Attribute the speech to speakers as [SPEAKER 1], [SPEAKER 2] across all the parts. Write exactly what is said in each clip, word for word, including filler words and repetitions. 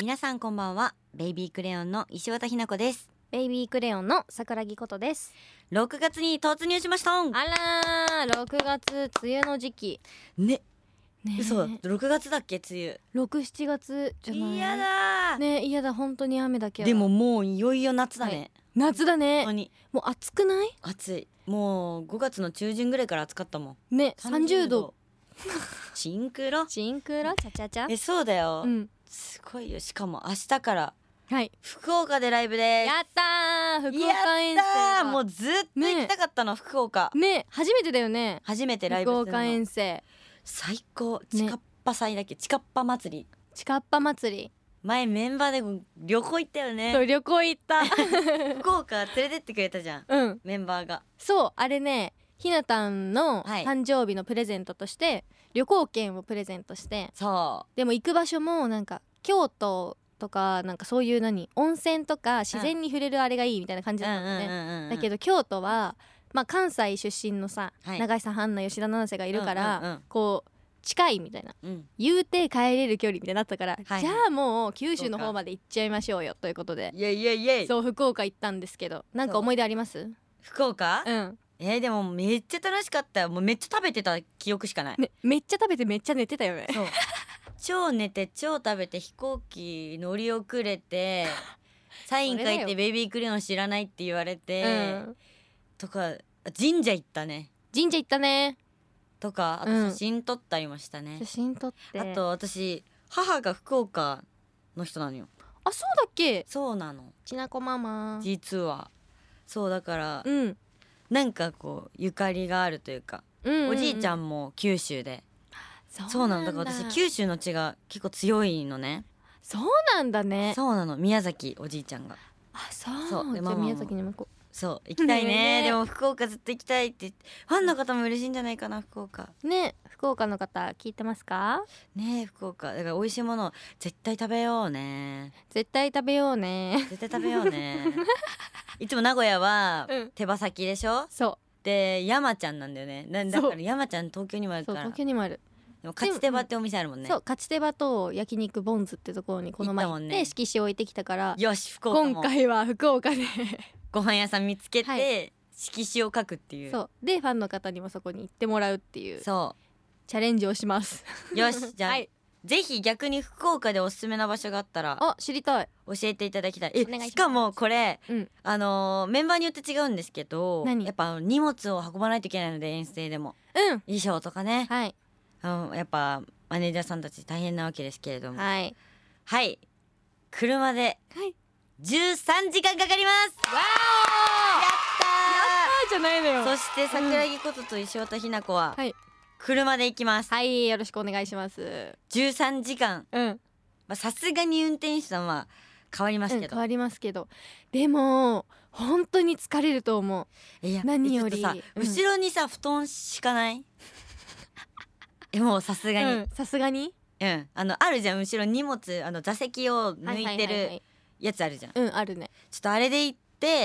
[SPEAKER 1] 皆さんこんばんは。ベイビークレヨンの石渡ひな子です。
[SPEAKER 2] ベイビークレヨンの桜木ことです。
[SPEAKER 1] ろくがつに突入しました。
[SPEAKER 2] あらー、ろくがつ梅雨の時期
[SPEAKER 1] ね
[SPEAKER 2] ね。
[SPEAKER 1] 嘘、ろくがつだっけ梅雨。
[SPEAKER 2] ろく、しちがつじゃない。
[SPEAKER 1] 嫌だ
[SPEAKER 2] ね、嫌だ、本当に雨だけは。
[SPEAKER 1] でももういよいよ夏だね、はい、
[SPEAKER 2] 夏だね。
[SPEAKER 1] 本当に
[SPEAKER 2] もう暑くない？
[SPEAKER 1] 暑い。もうごがつの中旬ぐらいから暑かったもん
[SPEAKER 2] ね。さんじゅうど
[SPEAKER 1] チンクロ
[SPEAKER 2] チンクロチャチャチャ。
[SPEAKER 1] え、そうだよ、
[SPEAKER 2] うん、
[SPEAKER 1] すごいよ。しかも明日から
[SPEAKER 2] はい
[SPEAKER 1] 福岡でライブです。
[SPEAKER 2] やったー、福岡遠征。
[SPEAKER 1] やったー、もうずっと行きたかったの、ね、福岡
[SPEAKER 2] ね、初めてだよね。
[SPEAKER 1] 初めてライブするの。
[SPEAKER 2] 福岡遠征
[SPEAKER 1] 最高。チカッパ祭だっけ、チカッパ祭り。
[SPEAKER 2] チカッパ祭り、
[SPEAKER 1] 前メンバーで旅行行ったよね。
[SPEAKER 2] そう、旅行行った
[SPEAKER 1] 福岡連れてってくれたじゃん、
[SPEAKER 2] うん、
[SPEAKER 1] メンバーが。
[SPEAKER 2] そう、あれね、ひなたんの
[SPEAKER 1] はい
[SPEAKER 2] 誕生日のプレゼントとして旅行券をプレゼントして、
[SPEAKER 1] そう。
[SPEAKER 2] でも行く場所もなんか京都とか、なんかそういう何温泉とか自然に触れるあれがいいみたいな感じだったのね。だけど京都は、まあ、関西出身のさ、はい、永井さん、ハンナ、吉田七瀬がいるから、うんうんうん、こう近いみたいな、うん、言うて帰れる距離みたいになったから、はいはい、じゃあもう九州の方まで行っちゃいましょうよということで、
[SPEAKER 1] イエイイエイイエイ。そう、
[SPEAKER 2] 福岡行ったんですけど、なんか思い出あります？
[SPEAKER 1] 福岡、
[SPEAKER 2] うん、
[SPEAKER 1] えー、でもめっちゃ楽しかったよ。もうめっちゃ食べてた記憶しかない、
[SPEAKER 2] ね、めっちゃ食べてめっちゃ寝てたよね。
[SPEAKER 1] そう超寝て超食べて、飛行機乗り遅れてサイン書いてベイビークレヨン知らないって言われて、うん、とか神社行ったね。
[SPEAKER 2] 神社行ったね
[SPEAKER 1] とか、あと写真撮ったりもしたね、
[SPEAKER 2] うん、写真撮って。
[SPEAKER 1] あと私母が福岡の人なのよ。
[SPEAKER 2] あ、そうだっけ？
[SPEAKER 1] そうなの、
[SPEAKER 2] ちなこママ
[SPEAKER 1] 実は。そうだから、
[SPEAKER 2] うん、
[SPEAKER 1] なんかこうゆかりがあるというか、うんうんうん、おじいちゃんも九州で。そうなの。だから私九州の血が結構強いのね。
[SPEAKER 2] そうなんだね。
[SPEAKER 1] そうなの、宮崎おじいちゃんが。
[SPEAKER 2] あ、そう。
[SPEAKER 1] そう
[SPEAKER 2] で、じゃあ宮崎にも行こう。
[SPEAKER 1] そう、行きたい ね, ね。でも福岡ずっと行きたいってファンの方も嬉しいんじゃないかな、福岡
[SPEAKER 2] ね。福岡の方聞いてますか
[SPEAKER 1] ね。福岡だから美味しいもの絶対食べようね。
[SPEAKER 2] 絶対食べようね。
[SPEAKER 1] 絶対食べようねいつも名古屋は手羽先でしょ、うん、そうで山ちゃんなんだよね。なんだから山ちゃん東京にもあるから。
[SPEAKER 2] そう、東京にもある。
[SPEAKER 1] でも勝ち手羽ってお店あるもんね。
[SPEAKER 2] そう、勝ち手羽と焼肉ボンズってところにこの前行って、ね、色紙置いてきたから、
[SPEAKER 1] よし福岡も
[SPEAKER 2] 今回は福岡で
[SPEAKER 1] ご飯屋さん見つけて、はい、色紙を書くっていう。
[SPEAKER 2] そうでファンの方にもそこに行ってもらうっていう、そうチャレンジをします
[SPEAKER 1] よしじゃあ、はい、ぜひ逆に福岡でおすすめな場所があったら、
[SPEAKER 2] あ、知りたい、
[SPEAKER 1] 教えていただきたい。え、しかもこれ、うん、あのー、メンバーによって違うんですけど、やっぱ荷物を運ばないといけないので、遠征でも、うん、衣装とかね、はい、あのやっぱマネージャーさんたち大変なわけですけれども、はい、はい、車でじゅうさんじかんかかります。わー、やったー、やったーじゃないのよ。そして桜木ことと石渡ひな子は、はい、車で行きます。
[SPEAKER 2] はい、よろしくお願いします。
[SPEAKER 1] じゅうさんじかん、うん、まあさすがに運転手さんは変わりますけど、うん、
[SPEAKER 2] 変わりますけど、でも本当に疲れると思う。いや、何よりさ、
[SPEAKER 1] うん、後ろにさ布団敷かないえ、もうさすがに
[SPEAKER 2] さすがに
[SPEAKER 1] うん、あのあるじゃん、後ろ荷物、あの座席を抜いてるやつあるじゃん、
[SPEAKER 2] うん、あるね。
[SPEAKER 1] ちょっとあれで行って、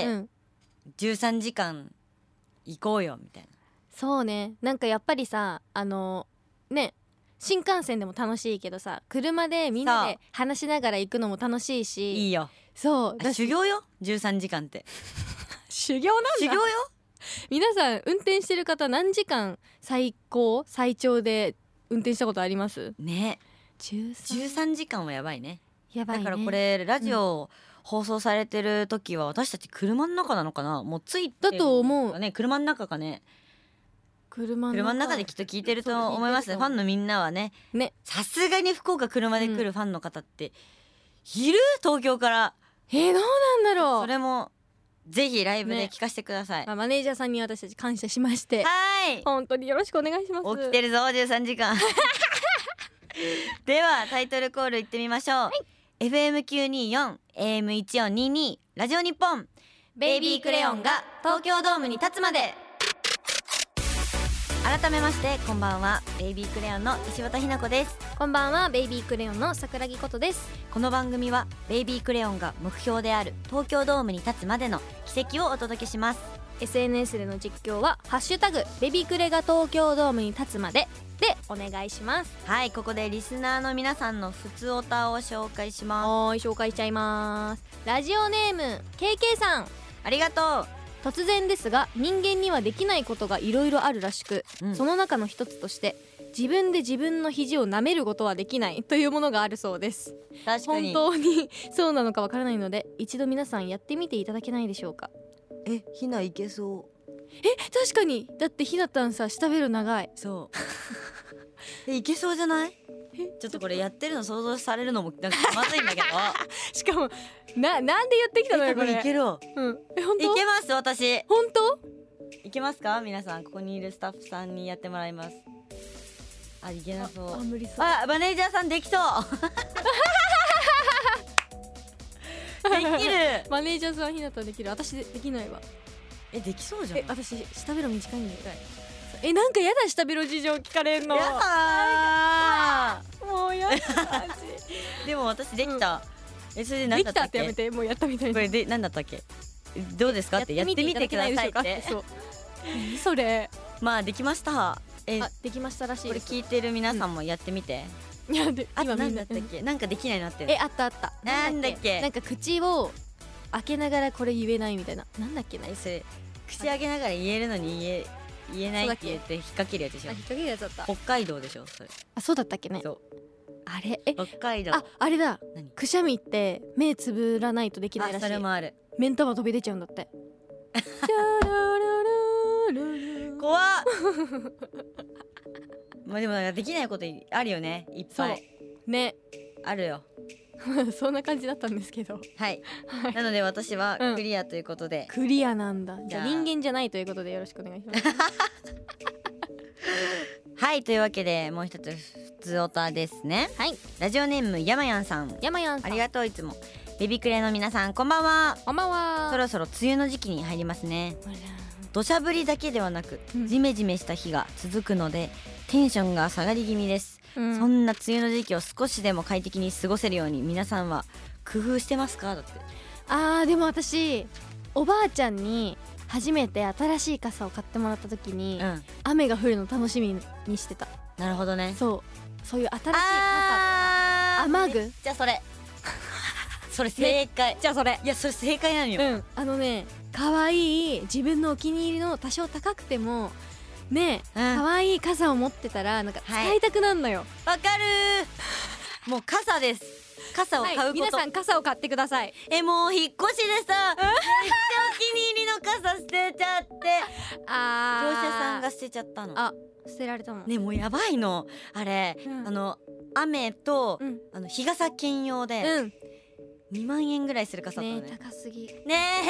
[SPEAKER 1] うん、じゅうさんじかん行こうよみたいな。
[SPEAKER 2] そうね、なんかやっぱりさ、あのね、新幹線でも楽しいけどさ、車でみんなで話しながら行くのも楽しいし。
[SPEAKER 1] いいよ。
[SPEAKER 2] そう
[SPEAKER 1] だ、修行よじゅうさんじかんって
[SPEAKER 2] 修行なんだ。
[SPEAKER 1] 修行よ。
[SPEAKER 2] 皆さん運転してる方何時間最高最長で運転したことあります
[SPEAKER 1] ね。じゅうさんじかんはやばいね。
[SPEAKER 2] やばいね。
[SPEAKER 1] だからこれラジオ放送されてる時は私たち車の中なのかな、もうついてる、
[SPEAKER 2] だと思う。
[SPEAKER 1] ね、車の中かね。車の 中, 車の中できっと聞いてると思います。ファンのみんなはね、さすがに福岡車で来るファンの方っている、東京から。
[SPEAKER 2] えー、どうなんだろう。
[SPEAKER 1] それもぜひライブで聞かせてください、ね。
[SPEAKER 2] まあ、マネージャーさんに私たち感謝しまして、はい、本当によろしくお願いします。
[SPEAKER 1] 起きてるぞじゅうさんじかんではタイトルコールいってみましょう、はい、エフエムきゅうにーよん エーエムいちよんにーにー ラジオ日本、ベイビークレヨンが東京ドームに立つまで。改めましてこんばんは、ベイビークレヨンの石渡ひな子です。
[SPEAKER 2] こんばんは、ベイビークレヨンの桜木ことです。
[SPEAKER 1] この番組はベイビークレヨンが目標である東京ドームに立つまでの奇跡をお届けします。
[SPEAKER 2] エスエヌエス での実況はハッシュタグベビクレが東京ドームに立つまで、 でお願いします。
[SPEAKER 1] はい、ここでリスナーの皆さんのふつおたを紹介します。
[SPEAKER 2] はい、紹介しちゃいます。ラジオネーム ケーケー さん、
[SPEAKER 1] ありがとう。
[SPEAKER 2] 突然ですが、人間にはできないことがいろいろあるらしく、うん、その中の一つとして自分で自分の肘を舐めることはできないというものがあるそうです。
[SPEAKER 1] 確かに
[SPEAKER 2] 本当にそうなのかわからないので、一度皆さんやってみていただけないでしょうか。
[SPEAKER 1] え、ひないけそう。
[SPEAKER 2] え、確かに。だってひなたんさ、下ベロ長い。
[SPEAKER 1] そうえ、いけそうじゃない？ちょっとこれやってるの想像されるのもなんかまずいんだけど
[SPEAKER 2] しかもな、なんで言ってきたのよこれ。
[SPEAKER 1] いける。うん。
[SPEAKER 2] え、本当？
[SPEAKER 1] いけます。私
[SPEAKER 2] 本当？
[SPEAKER 1] いけますか？皆さん、ここにいるスタッフさんにやってもらいます。あ、いけなそう。
[SPEAKER 2] あ、無理そう。
[SPEAKER 1] あ、マネージャーさんできそうできる。
[SPEAKER 2] マネージャーさんひなたできる。私できないわ。
[SPEAKER 1] え、できそうじゃん。
[SPEAKER 2] え、私下ベロ短いんだよ。え、なんかやだ、下ベロ事情聞かれんの。
[SPEAKER 1] やだ
[SPEAKER 2] ー、もうやだ
[SPEAKER 1] でも私できた、うん、え、それで何だったっけ？
[SPEAKER 2] できたってやめて、もうやったみたいな。
[SPEAKER 1] これで何だったっけ？どうですかってやってみてくださいって。
[SPEAKER 2] そう。何それ。
[SPEAKER 1] まあできました。
[SPEAKER 2] え、あ、できましたらしいです。
[SPEAKER 1] これ聞いてる皆さんもやってみて。
[SPEAKER 2] うん、いやで、
[SPEAKER 1] あと何だったっけ？なんかできないなって。
[SPEAKER 2] え、あったあった。
[SPEAKER 1] なんだっけ？
[SPEAKER 2] なんか口を開けながらこれ言えないみたいな。なんだっけな。
[SPEAKER 1] え、それ口開けながら言えるのに言え言えないって言って引っ掛けるやつでしょ。
[SPEAKER 2] 引っ掛けるやつだった。
[SPEAKER 1] 北海道でしょそれ。
[SPEAKER 2] あ、そうだったっけね。
[SPEAKER 1] そう。
[SPEAKER 2] あれ、え、
[SPEAKER 1] 北海道。
[SPEAKER 2] あ、あれだ。くしゃみって目つぶらないとできないらしい。
[SPEAKER 1] あ、それもある。
[SPEAKER 2] 目ん玉飛び出ちゃうんだって。
[SPEAKER 1] 怖っまあでもなんかできないことあるよね、いっぱい
[SPEAKER 2] ね。
[SPEAKER 1] あるよ
[SPEAKER 2] そんな感じだったんですけど、
[SPEAKER 1] はい、はい、なので私はクリアということで、
[SPEAKER 2] うん、クリアなんだ。じゃあ人間じゃないということでよろしくお願いします
[SPEAKER 1] はい、というわけでもう一つふつおたですね。
[SPEAKER 2] はい、
[SPEAKER 1] ラジオネームやまやんさん。
[SPEAKER 2] やまやんさん、
[SPEAKER 1] ありがとう。いつもベビクレの皆さんこんばんは。
[SPEAKER 2] こんばんは。
[SPEAKER 1] そろそろ梅雨の時期に入りますね。土砂降りだけではなく、うん、ジメジメした日が続くのでテンションが下がり気味です、うん、そんな梅雨の時期を少しでも快適に過ごせるように皆さんは工夫してますか？だって。
[SPEAKER 2] あー、でも私おばあちゃんに初めて新しい傘を買ってもらった時に、うん、雨が降るの楽しみにしてた。
[SPEAKER 1] なるほどね。
[SPEAKER 2] そうそういう新しい傘、雨具。
[SPEAKER 1] じゃあそれそれ正解、
[SPEAKER 2] ね、じゃあそれ、
[SPEAKER 1] いやそれ正解なのよ、
[SPEAKER 2] うん、あのね、可愛い自分のお気に入りの多少高くてもね、うん、可愛い傘を持ってたらなんか使いたくなるのよ。
[SPEAKER 1] わ、はい、かるー。もう傘です。傘を買うこと、はい、
[SPEAKER 2] 皆さん傘を買ってください。
[SPEAKER 1] え、もう引っ越しでさめっちゃお気に入りの傘捨てちゃってあ業者さんが捨てちゃったの。
[SPEAKER 2] あ、捨てられたの
[SPEAKER 1] ね。もうやばいのあれ、うん、あの雨と、うん、あの日傘兼用で、うん、にまんえんぐらいする傘だったのね。
[SPEAKER 2] ね、高すぎね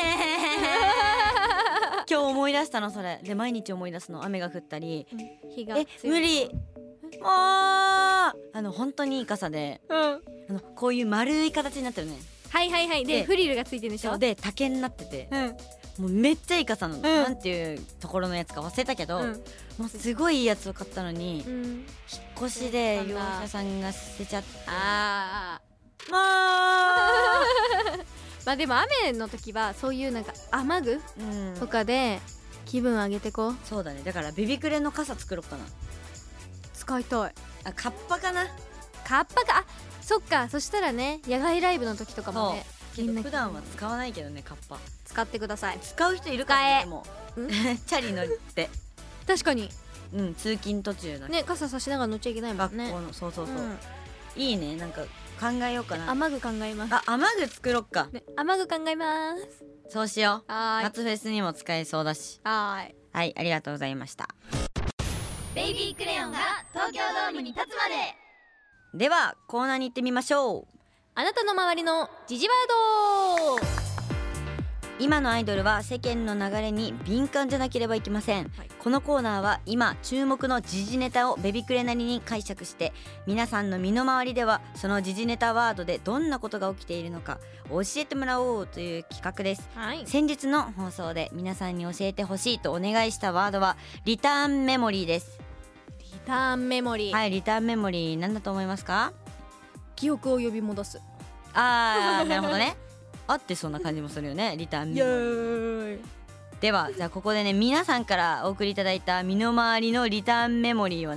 [SPEAKER 1] 今日思い出したのそれで、毎日思い出すの。雨が降ったり、うん、日が強い。え、無理。もうあの本当にいい傘で、うん、あのこういう丸い形になってるね。
[SPEAKER 2] はいはいはい。でフリルがついてるでしょ。
[SPEAKER 1] で竹になってて、うん、もうめっちゃいい傘なの、うん、なんていうところのやつか忘れたけど、うん、もうすごいいいやつを買ったのに、うん、引っ越しで業者さんが捨てちゃって。あーもう
[SPEAKER 2] まあでも雨の時はそういうなんか雨具とかで気分上げてこう、うん、
[SPEAKER 1] そうだね。だからベビクレの傘作ろうかな。
[SPEAKER 2] 使いたい。
[SPEAKER 1] あ、カッパかな。
[SPEAKER 2] カッパか。あ、そっか。そしたらね、野外ライブの時とかもね。
[SPEAKER 1] けど普段は使わないけどね、カッパ
[SPEAKER 2] 使ってください。
[SPEAKER 1] 使う人いるからね。でもチャリ乗って
[SPEAKER 2] 確かに、
[SPEAKER 1] うん、通勤途中だ
[SPEAKER 2] ね、傘差しながら乗っちゃいけないもんね。
[SPEAKER 1] 学校の、そうそうそう、うん、いいね。なんか考えようかな。
[SPEAKER 2] 雨具考えます。
[SPEAKER 1] あ、雨具作ろっか、
[SPEAKER 2] ね、雨具考えます。
[SPEAKER 1] そうしよう。夏フェスにも使えそうだし。
[SPEAKER 2] はい、
[SPEAKER 1] はい、ありがとうございました。
[SPEAKER 2] ベイビークレヨンが東京ドームに立つまで。
[SPEAKER 1] ではコーナーに行ってみましょう。
[SPEAKER 2] あなたの周りの時事ワード。
[SPEAKER 1] 今のアイドルは世間の流れに敏感じゃなければいけません、はい、このコーナーは今注目の時事ネタをベビクレなりに解釈して、皆さんの身の回りではその時事ネタワードでどんなことが起きているのか教えてもらおうという企画です、はい、先日の放送で皆さんに教えてほしいとお願いしたワードはリターンメモリーです。
[SPEAKER 2] リターンメモリー。
[SPEAKER 1] はい、リターンメモリー何だと思いますか？
[SPEAKER 2] 記憶を呼び戻す。
[SPEAKER 1] あーなるほどね合ってそんな感じもするよねリターンメモリー。ではじゃあここでね、皆さんからお送りいただいた身の回りのリターンメモリーをね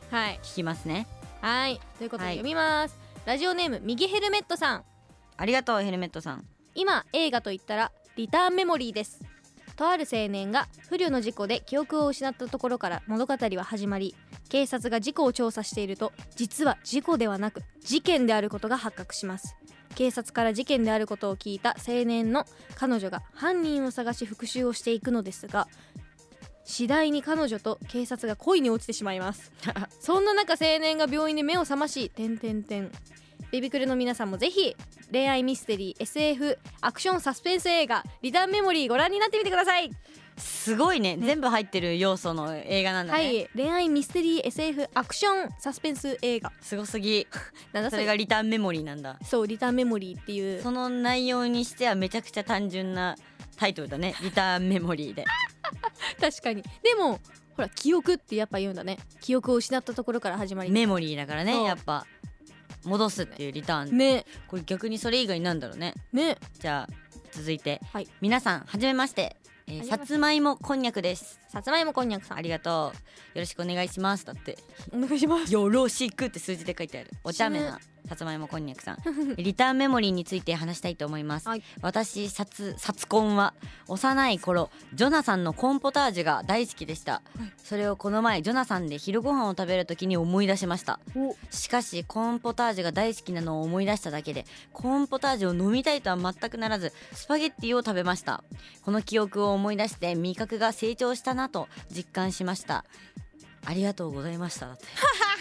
[SPEAKER 1] 聞きますね。
[SPEAKER 2] はい、ということで読みます、はい、ラジオネーム右ヘルメットさん。
[SPEAKER 1] ありがとうヘルメットさん。
[SPEAKER 2] 今映画といったらリターンメモリーです。とある青年が不慮の事故で記憶を失ったところから物語は始まり、警察が事故を調査していると実は事故ではなく事件であることが発覚します。警察から事件であることを聞いた青年の彼女が犯人を探し復讐をしていくのですが、次第に彼女と警察が恋に落ちてしまいますそんな中青年が病院で目を覚まし点々点。ベビクルの皆さんもぜひ恋愛ミステリー エスエフ アクションサスペンス映画リターンメモリーご覧になってみてください。
[SPEAKER 1] すごい ね, ね全部入ってる要素の映画なんだね。
[SPEAKER 2] はい、恋愛ミステリー エスエフ アクションサスペンス映画。
[SPEAKER 1] すごすぎなんだそれ。それがリターンメモリーなんだ。
[SPEAKER 2] そう、リターンメモリーっていう、
[SPEAKER 1] その内容にしてはめちゃくちゃ単純なタイトルだねリターンメモリーで
[SPEAKER 2] 確かに。でもほら記憶ってやっぱ言うんだね。記憶を失ったところから始まり
[SPEAKER 1] メモリーだからね。やっぱ戻すっていうリターン
[SPEAKER 2] ね。
[SPEAKER 1] これ逆にそれ以外なんだろうね。
[SPEAKER 2] ね。
[SPEAKER 1] じゃあ続いて、
[SPEAKER 2] はい、
[SPEAKER 1] 皆さんはじめまして、えー、さつまいもこんにゃくです。
[SPEAKER 2] さつまいもこんにゃくさん、
[SPEAKER 1] ありがとう。よろしくお願いします。だって
[SPEAKER 2] お願いします。
[SPEAKER 1] よろしくって数字で書いてある。お茶目なさつまいもこんにゃくさんリターンメモリーについて話したいと思います、はい、私さつさつこんは幼い頃ジョナサンのコーンポタージュが大好きでした、はい、それをこの前ジョナサンで昼ご飯を食べる時に思い出しました。しかしコーンポタージュが大好きなのを思い出しただけでコーンポタージュを飲みたいとは全くならずスパゲッティを食べました。この記憶を思い出して味覚が成長したなと実感しました。ありがとうございましただって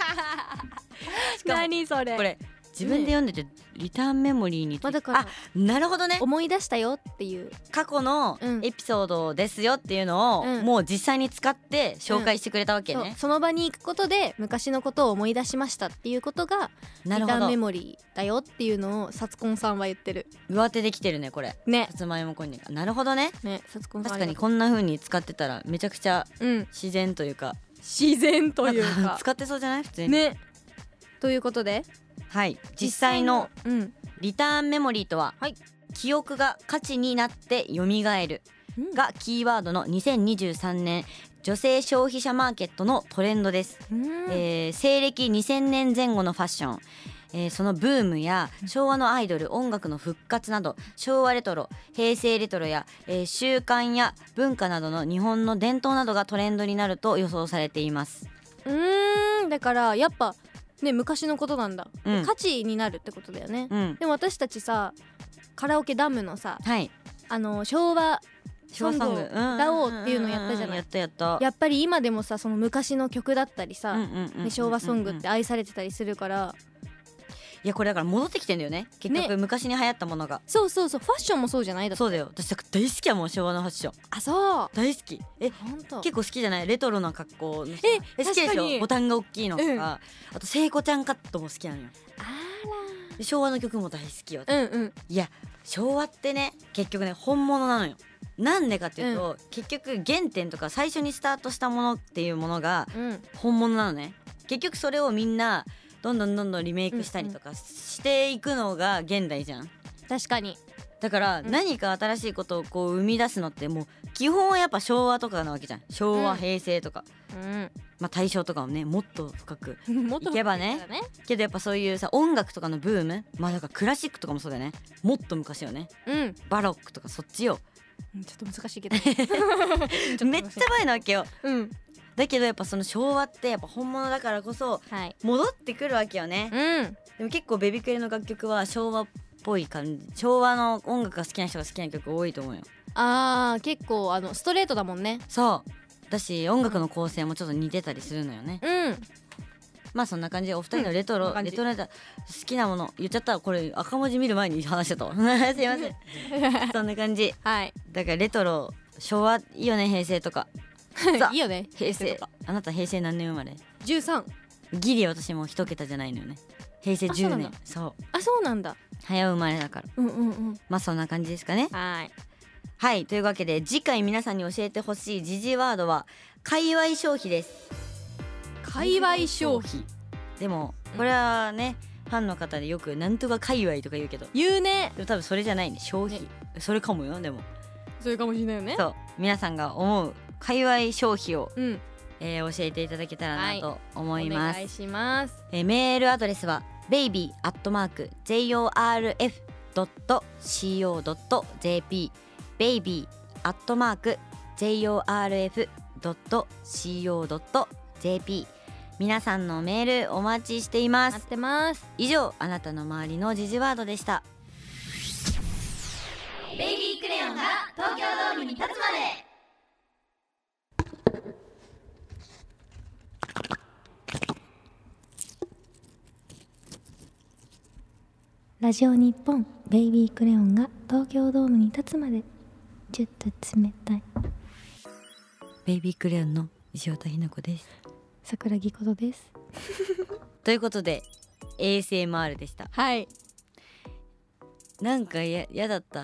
[SPEAKER 2] 何それ。
[SPEAKER 1] これ自分で読んでて、ね、リターンメモリーについて、まあ、だからあなるほどね。
[SPEAKER 2] 思い出したよっていう
[SPEAKER 1] 過去のエピソードですよっていうのを、うん、もう実際に使って紹介してくれたわけね、
[SPEAKER 2] うん、そ, その場に行くことで昔のことを思い出しましたっていうことがリターンメモリーだよっていうのをさつこんさんは言ってる。
[SPEAKER 1] 上手できてるねこれ
[SPEAKER 2] ね。
[SPEAKER 1] さつまいもこんにゃく。なるほどね。
[SPEAKER 2] ね、さつこんさん
[SPEAKER 1] 確かにこんな風に使ってたらめちゃくちゃ自然というか、
[SPEAKER 2] うん、自然というか
[SPEAKER 1] 使ってそうじゃない普通に
[SPEAKER 2] ね。ということで
[SPEAKER 1] はい実際のリターンメモリーとは、はい、記憶が価値になって蘇るがキーワードのにせんにじゅうさんねん女性消費者マーケットのトレンドです、えー、西暦にせんねんぜん後のファッション、えー、そのブームや昭和のアイドル音楽の復活など昭和レトロ平成レトロや、えー、習慣や文化などの日本の伝統などがトレンドになると予想されています。
[SPEAKER 2] うーんだからやっぱね昔のことなんだ、うん、価値になるってことだよね、うん、でも私たちさカラオケダムのさ、はい、あの昭和ソングを歌おうっていうのやったじゃない。
[SPEAKER 1] やったやった。
[SPEAKER 2] やっぱり今でもさその昔の曲だったりさ、ね、昭和ソングって愛されてたりするから、
[SPEAKER 1] いやこれだから戻ってきてんだよね結局、ね、昔に流行ったものが。
[SPEAKER 2] そうそうそうファッションもそうじゃないだって。
[SPEAKER 1] そうだよ私大好きやもん昭和のファッション。
[SPEAKER 2] あそう
[SPEAKER 1] 大好き。え結構好きじゃないレトロな格好の。ええ好きでしょボタンが大きいのとか、うん、あと聖子ちゃんカットも好きなのよ。
[SPEAKER 2] あ
[SPEAKER 1] ら昭和の曲も大好きよ、
[SPEAKER 2] うんうん、
[SPEAKER 1] いや昭和ってね結局ね本物なのよ。なんでかっていうと、うん、結局原点とか最初にスタートしたものっていうものが本物なのね、うん、結局それをみんなどんどんどんどんリメイクしたりとかしていくのが現代じゃん。
[SPEAKER 2] 確かに。
[SPEAKER 1] だから何か新しいことをこう生み出すのってもう基本はやっぱ昭和とかなわけじゃん。昭和、うん、平成とか、うん、まあ大正とかもねもっと深くいけばねけどやっぱそういうさ音楽とかのブームまあだからクラシックとかもそうだよね。もっと昔よね、うん、バロックとかそっちよ。
[SPEAKER 2] ちょっと難しいけど
[SPEAKER 1] めっちゃ前なわけよ、うん、だけどやっぱその昭和ってやっぱ本物だからこそ戻ってくるわけよね、うん、でも結構ベビクレの楽曲は昭和っぽい感じ昭和の音楽が好きな人が好きな曲多いと思うよ。
[SPEAKER 2] あー結構あのストレートだもんね。
[SPEAKER 1] そうだし音楽の構成もちょっと似てたりするのよね。うんまあそんな感じでお二人のレトロ、うん、レトロだ好きなもの言っちゃったらこれ赤文字見る前に話してたすいませんそんな感じ、はい、だからレトロ昭和いいよね平成とか
[SPEAKER 2] いいよね
[SPEAKER 1] 平成。あなた平成何年生まれ？
[SPEAKER 2] じゅうさん。
[SPEAKER 1] ギリ私も一桁じゃないのよね。平成じゅうねん。そう
[SPEAKER 2] あそうなんだ。
[SPEAKER 1] 早生まれだから、うんうんうん、まあそんな感じですかね。
[SPEAKER 2] はい
[SPEAKER 1] はいというわけで次回皆さんに教えてほしい時事ワードは界隈消費です。
[SPEAKER 2] 界隈消費
[SPEAKER 1] でもこれはね、うん、ファンの方でよくなんとか界隈とか言うけど
[SPEAKER 2] 言うね。
[SPEAKER 1] でも多分それじゃないね消費、ね、それかもよ。でも
[SPEAKER 2] それかもしれないよね。
[SPEAKER 1] そう皆さんが思う界隈消費をえー、教えていただけたらなと思います、
[SPEAKER 2] はい、お願いします。
[SPEAKER 1] えー、メールアドレスは ベイビー アットマーク ジェイオーアールエフ ドット シーオー ドット ジェーピー ベイビー アットマーク ジェイオーアールエフ ドット シーオー ドット ジェーピー 皆さんのメールお待ちしています。
[SPEAKER 2] 待ってます。
[SPEAKER 1] 以上、あなたの周りの時事ワードでした。
[SPEAKER 3] ベイビークレヨンが東京ドームに立つまで。
[SPEAKER 2] ラジオ日本ベイビークレヨンが東京ドームに立つまで。ちょっと冷たい。
[SPEAKER 1] ベイビークレヨンの石渡ひな子です。
[SPEAKER 2] 桜木ことです。
[SPEAKER 1] ということで エーエスエムアール でした。
[SPEAKER 2] はい。
[SPEAKER 1] なんかややだった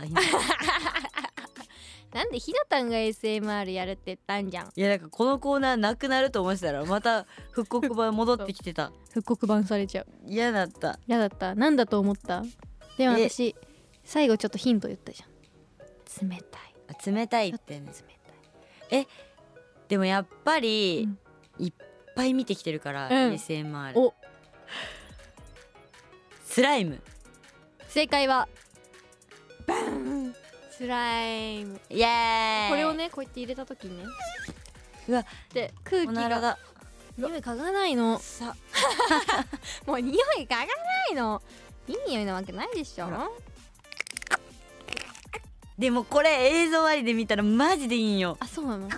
[SPEAKER 2] なんでひなたんが エーエスエムアール やるって言ったんじゃん。
[SPEAKER 1] いやなんかこのコーナーなくなると思ってたらまた復刻版戻ってきてた。
[SPEAKER 2] 復刻版されちゃう。
[SPEAKER 1] 嫌だった
[SPEAKER 2] 嫌だった。なんだと思った？でも私最後ちょっとヒント言ったじゃん。冷たい。
[SPEAKER 1] あ、冷たいってね。
[SPEAKER 2] 冷たい。
[SPEAKER 1] えでもやっぱり、うん、いっぱい見てきてるから、うん、エーエスエムアール。おスライム。
[SPEAKER 2] 正解はバンスライム。
[SPEAKER 1] イエーイ。
[SPEAKER 2] これをねこうやって入れた時にね、
[SPEAKER 1] うわ
[SPEAKER 2] で空気が匂い嗅がないのさもう匂い嗅がないの。いい匂いなわけないでしょ。
[SPEAKER 1] でもこれ映像ありで見たらマジでいいんよ。
[SPEAKER 2] あ、そうなの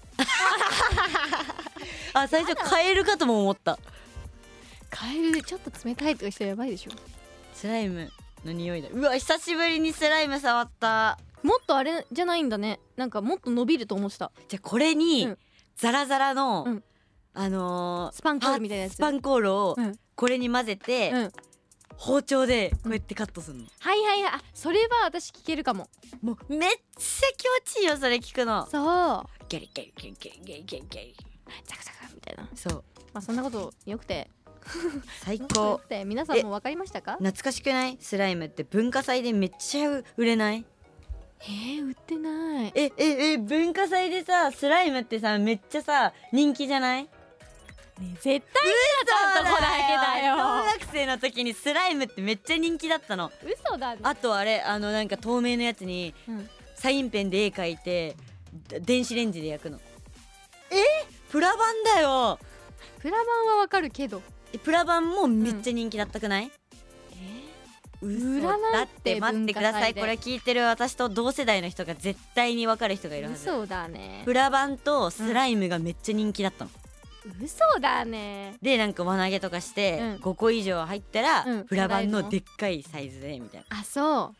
[SPEAKER 1] あ、最初カエルかとも思った。
[SPEAKER 2] カエルでちょっと冷たいとかしたらやばいでしょ。
[SPEAKER 1] スライムの匂いだ。うわ久しぶりにスライム触った。
[SPEAKER 2] もっとあれじゃないんだね。なんかもっと伸びると思ってた。
[SPEAKER 1] じゃあこれに、うん、ザラザラの、うん、あのー、
[SPEAKER 2] スパンコールみたいなやつ、
[SPEAKER 1] スパンコールをこれに混ぜて、うん、包丁でこうやってカットするの、うん、
[SPEAKER 2] はいはいはい。あ、それは私聞けるかも。
[SPEAKER 1] もうめっちゃ気持ちいいよそれ聞くの。
[SPEAKER 2] そう
[SPEAKER 1] ゲリゲリゲリゲリゲリゲリゲリ
[SPEAKER 2] ザクザクみたいな。
[SPEAKER 1] そう、
[SPEAKER 2] まあそんなことよくて
[SPEAKER 1] 最高
[SPEAKER 2] って皆さんも分かりましたか？
[SPEAKER 1] 懐かしくない？スライムって文化祭でめっちゃ売れない？
[SPEAKER 2] えー、売ってない。
[SPEAKER 1] えええ文化祭でさスライムってさめっちゃさ人気じゃない？
[SPEAKER 2] ね、絶対になとこだけだよ。
[SPEAKER 1] 小学生の時にスライムってめっちゃ人気だったの。
[SPEAKER 2] 嘘だね。
[SPEAKER 1] あとあれあのなんか透明のやつに、うん、サインペンで絵描いて電子レンジで焼くの。えプラバンだよ。
[SPEAKER 2] プラバンはわかるけど
[SPEAKER 1] プラバンもめっちゃ人気だったくない？
[SPEAKER 2] うん、えー、だ
[SPEAKER 1] って待ってください。これ聞いてる私と同世代の人が絶対に分かる人がいるはず。
[SPEAKER 2] 嘘だね。
[SPEAKER 1] プラバンとスライムがめっちゃ人気だったの、
[SPEAKER 2] うん、嘘だね。
[SPEAKER 1] でなんか輪投げとかして、うん、ごこ以上入ったら、うん、プラバンのでっかいサイズでみたいな。
[SPEAKER 2] あ、そう。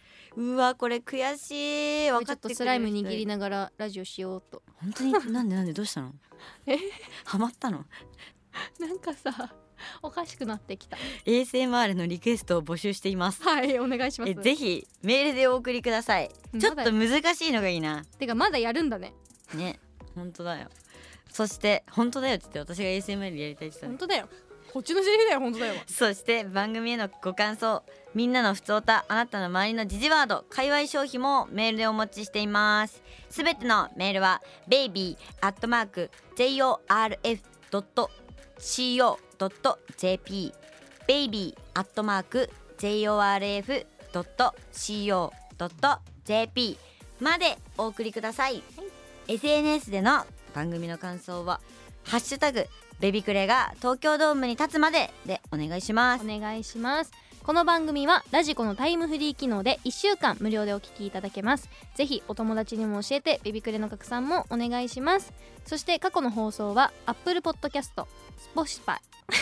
[SPEAKER 1] うわこれ悔しい。分かってくれる人。ちょっと
[SPEAKER 2] スライム握りながらラジオしようと。
[SPEAKER 1] 本当になんでなんでどうしたの？えハマったの？
[SPEAKER 2] なんかさおかしくなってきた。
[SPEAKER 1] エーエスエムアール のリクエストを募集しています。
[SPEAKER 2] はいお願いします。
[SPEAKER 1] えぜひメールでお送りください。ちょっと難しいのがいいな。
[SPEAKER 2] てかまだやるんだね。
[SPEAKER 1] ね本当だよ。そして本当だよって言って私が エーエスエムアール やりたいって言ったね。
[SPEAKER 2] 本当だよ。こっちのセリフだよ。本当だよ。
[SPEAKER 1] そして番組へのご感想、みんなのふつおた、あなたの周りの時事ワード、界隈消費もメールでお待ちしています。すべてのメールは ベイビー アットマーク ジェイオーアールエフ ドット シーオー ドット ジェーピー ベイビー アットマーク ジェイオーアールエフ ドット シーオー ドット ジェーピー までお送りください、はい、エスエヌエス での番組の感想はハッシュタグベビクレが東京ドームに立つまででお願いします。
[SPEAKER 2] お願いします。この番組はラジコのタイムフリー機能でいっしゅうかん無料でお聞きいただけます。ぜひお友達にも教えてベビクレの拡散もお願いします。そして過去の放送は Apple Podcast、Spotify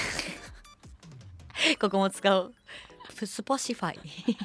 [SPEAKER 1] ここも使おう。Spotify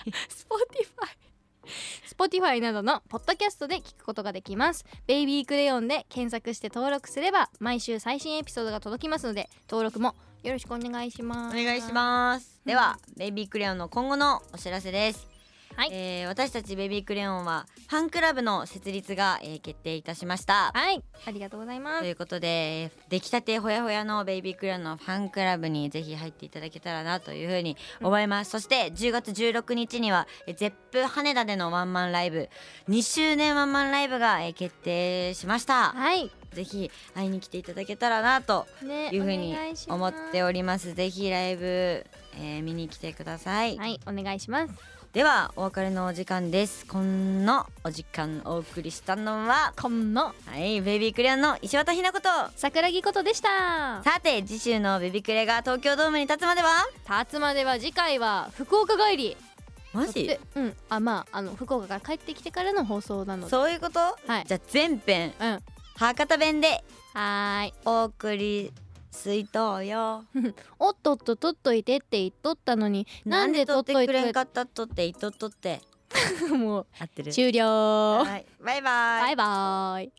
[SPEAKER 2] Spotify などのポッドキャストで聞くことができます。ベイビークレヨンで検索して登録すれば毎週最新エピソードが届きますので登録もよろしくお願いします。
[SPEAKER 1] お願いします。ではベイビークレヨンの今後のお知らせです。 はい、えー、私たちベビークレヨンはファンクラブの設立が、えー、決定いたしました。
[SPEAKER 2] はい、ありがとうございます。
[SPEAKER 1] ということで出来たてほやほやのベビークレヨンのファンクラブにぜひ入っていただけたらなというふうに思います、うん、そしてじゅうがつじゅうろくにちにはゼップ羽田でのワンマンライブにしゅうねんワンマンライブが、えー、決定しました。
[SPEAKER 2] はい、
[SPEAKER 1] ぜひ会いに来ていただけたらなというふうに思っております、ね、ぜひライブ、えー、見に来てください。
[SPEAKER 2] はい、お願いします。
[SPEAKER 1] ではお別れのお時間です。今のお時間お送りしたのは
[SPEAKER 2] この
[SPEAKER 1] はいベビークレヨンの石渡ひなこと
[SPEAKER 2] 桜木ことでした。
[SPEAKER 1] さて次週のベビークレが東京ドームに立つまでは
[SPEAKER 2] 立つまでは次回は福岡帰り。
[SPEAKER 1] マジ？
[SPEAKER 2] うんあまああの福岡から帰ってきてからの放送なので。
[SPEAKER 1] そういうこと？はい、じゃあ全編、うん、博多弁で
[SPEAKER 2] はーい
[SPEAKER 1] お送り水筒よ
[SPEAKER 2] おっとっと取っといてって言っとったのに
[SPEAKER 1] なんで取ってくれんかったっとって言っとっとって
[SPEAKER 2] もう
[SPEAKER 1] 合ってる。
[SPEAKER 2] 終了。
[SPEAKER 1] はい、バイバイ
[SPEAKER 2] バイバイ。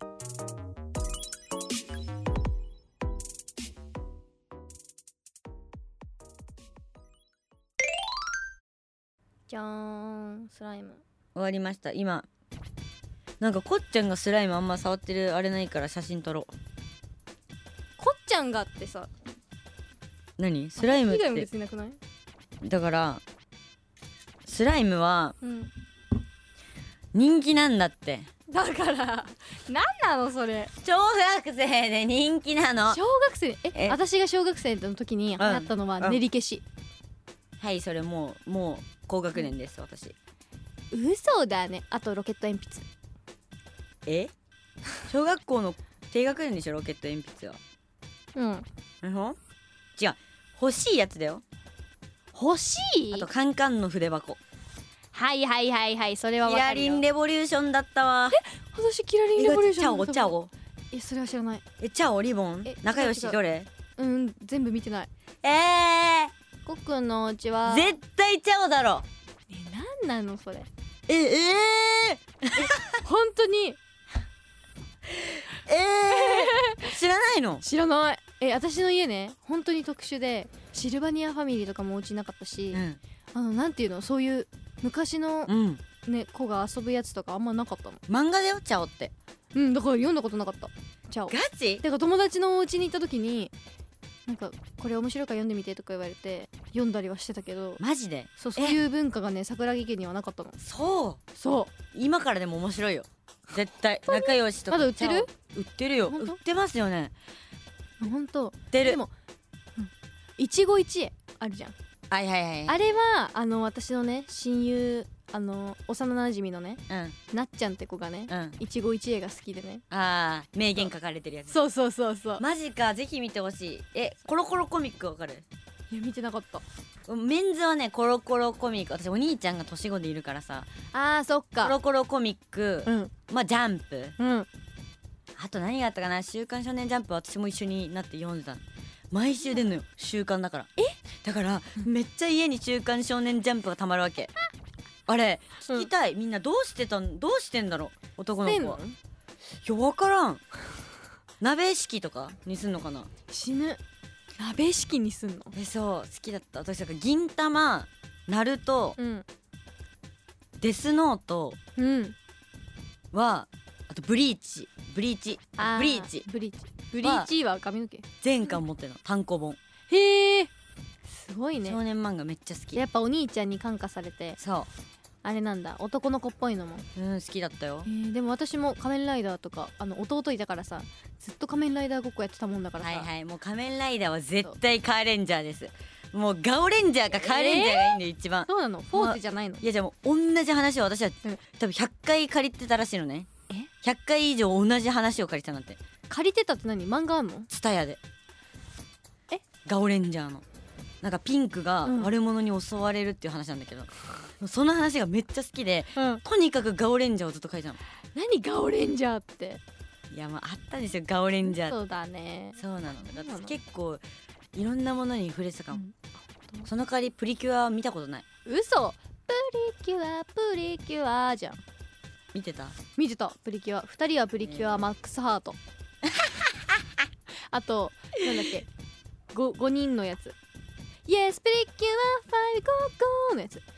[SPEAKER 2] じゃーんスライム
[SPEAKER 1] 終わりました。今なんかこっちゃんがスライムあんま触ってるあれないから写真撮ろう。
[SPEAKER 2] こっちゃんがってさ
[SPEAKER 1] 何スライムって
[SPEAKER 2] 別になくない？
[SPEAKER 1] だからスライムは人気なんだって、
[SPEAKER 2] うん、だから何なのそれ。
[SPEAKER 1] 小学生で人気なの。
[SPEAKER 2] 小学生ええ私が小学生の時に流行ったのは練り消し、
[SPEAKER 1] うんうん、はいそれもうもう高学年です、うん、私。
[SPEAKER 2] 嘘だね。あとロケット鉛筆。
[SPEAKER 1] え小学校の低学年でしょロケット鉛筆は。うん。違う欲しいやつだよ。
[SPEAKER 2] 欲しい？
[SPEAKER 1] あとカンカンの筆箱。
[SPEAKER 2] はいはいはいはいそれはわかるよ。
[SPEAKER 1] キラリンレボリューションだったわ。
[SPEAKER 2] え私キラリンレボリューション。
[SPEAKER 1] チャオチャオ。
[SPEAKER 2] えそれは知らない。
[SPEAKER 1] えチャオリボン仲良しどれ？
[SPEAKER 2] うん全部見てない。
[SPEAKER 1] ええ
[SPEAKER 2] ー、コッくんのお家は
[SPEAKER 1] 絶対チャオだろ。
[SPEAKER 2] えなんなのそれ。
[SPEAKER 1] ええー、
[SPEAKER 2] 本当に
[SPEAKER 1] えー、知らないの？
[SPEAKER 2] 知らない。え私の家ね本当に特殊でシルバニアファミリーとかもお家なかったし、うん、あのなんていうのそういう昔の、うんね、子が遊ぶやつとかあんまなかったの。
[SPEAKER 1] 漫画だよチャオって。
[SPEAKER 2] うんだから読んだことなかったチャオ。
[SPEAKER 1] ガチ？
[SPEAKER 2] だから友達のお家に行った時になんかこれ面白いから読んでみてとか言われて読んだりはしてたけど。
[SPEAKER 1] マジで？
[SPEAKER 2] そうそういう文化がね桜木家にはなかったの。
[SPEAKER 1] そう
[SPEAKER 2] そう
[SPEAKER 1] 今からでも面白いよ絶対。仲良しとか
[SPEAKER 2] まだ売ってる？
[SPEAKER 1] 売ってるよ。売ってますよね。
[SPEAKER 2] 本当。
[SPEAKER 1] 売ってる。でも
[SPEAKER 2] 一期一会あるじゃん。
[SPEAKER 1] はいはいはい。
[SPEAKER 2] あれはあの私のね親友あの幼馴染のね、うん、なっちゃんって子がね、うん、一期一会が好きでね。
[SPEAKER 1] ああ名言書かれてるやつ。
[SPEAKER 2] そうそうそうそう。
[SPEAKER 1] マジかぜひ見てほしい。えコロコロコミックわかる？
[SPEAKER 2] いや見てなかった。
[SPEAKER 1] メンズはねコロコロコミック。私お兄ちゃんが年子でいるからさ。
[SPEAKER 2] あーそっか。
[SPEAKER 1] コロコロコミック、うん、まあジャンプ、うん、あと何があったかな。週刊少年ジャンプは私も一緒になって読んでた。毎週出んのよ週刊だから。えだからめっちゃ家に週刊少年ジャンプがたまるわけ。あれ聞きたい、うん、みんなどうしてたんどうしてんだろう男の子は。いや分からん。鍋敷とかにすんのかな。
[SPEAKER 2] 死ぬ。鍋敷にすんの？
[SPEAKER 1] えそう好きだった。私だから銀魂ナルト、うん、デスノートは、うん、あとブリーチブリーチブリーチ
[SPEAKER 2] ブリーチブリーチは髪の毛
[SPEAKER 1] 全巻持ってるの単行本。
[SPEAKER 2] へえすごいね。
[SPEAKER 1] 少年漫画めっちゃ好き。
[SPEAKER 2] やっぱお兄ちゃんに感化されて。そうあれなんだ男の子っぽいのも。
[SPEAKER 1] うん好きだったよ。
[SPEAKER 2] えー、でも私も仮面ライダーとかあの弟いたからさずっと仮面ライダーごっこやってたもんだからさ。
[SPEAKER 1] はいはいもう仮面ライダーは絶対カーレンジャーです。もうガオレンジャーかカーレンジャーがいいんだよ、えー、一番。
[SPEAKER 2] そうなのフォーテじゃないの？
[SPEAKER 1] いやじゃあもう同じ話を私は、うん、多分ひゃっかい借りてたらしいのね。えひゃっかい以上同じ話を借りてたなんて。
[SPEAKER 2] 借りてたって何？漫画あんの？
[SPEAKER 1] ツタヤで。
[SPEAKER 2] え
[SPEAKER 1] ガオレンジャーのなんかピンクが悪者に襲われるっていう話なんだけど、うん、その話がめっちゃ好きで、うん、とにかくガオレンジャーをずっと書いてたの。
[SPEAKER 2] 何ガオレンジャーって？
[SPEAKER 1] いやまああったんですよガオレンジャーって。
[SPEAKER 2] そうだね。
[SPEAKER 1] そうなの。だって結構いろんなものに触れてたかも、うん、その代わりプリキュアは見たことない。
[SPEAKER 2] 嘘。プリキュアプリキュアじゃん。
[SPEAKER 1] 見てた？
[SPEAKER 2] 見てたプリキュア。ふたりはプリキュア、えー、マックスハートあとなんだっけ 5, ごにんのやつ。イエスプリキュアファイブゴーゴーのやつ。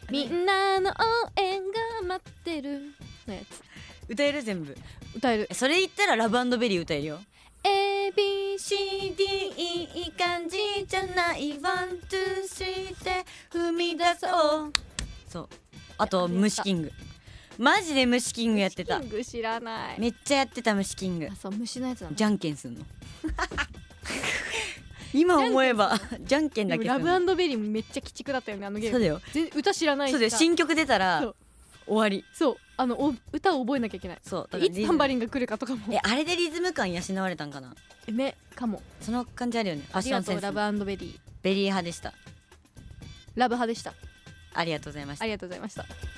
[SPEAKER 2] みんなの応援が待ってるのやつ
[SPEAKER 1] 歌える？全部
[SPEAKER 2] 歌える。
[SPEAKER 1] それ言ったらラブ&ベリー歌えるよ。 エービーシーディー いい感じじゃないワンツースリーで踏み出そう。そうあと虫キング、マジで虫キングやってた。
[SPEAKER 2] 虫キング知らない。
[SPEAKER 1] めっちゃやってた虫キング。
[SPEAKER 2] あ、そう虫のやつなの。
[SPEAKER 1] じゃんけんすんの今思えばじゃんけんだけすんの。
[SPEAKER 2] ラブ&ベリーもめっちゃ鬼畜だったよね、あのゲーム。
[SPEAKER 1] そうだよ、
[SPEAKER 2] 歌知らないし。
[SPEAKER 1] そうだよ、新曲出たら終わり。
[SPEAKER 2] そうあのお歌を覚えなきゃいけない。そういつタンバリンが来るかとかも。
[SPEAKER 1] えあれでリズム感養われたんかな。
[SPEAKER 2] ねかも。
[SPEAKER 1] その感じあるよね。ファッションセンス。
[SPEAKER 2] ラブ&ベリー
[SPEAKER 1] ベリー派でした。
[SPEAKER 2] ラブ派でした。
[SPEAKER 1] ありがとうございました。
[SPEAKER 2] ありがとうございました。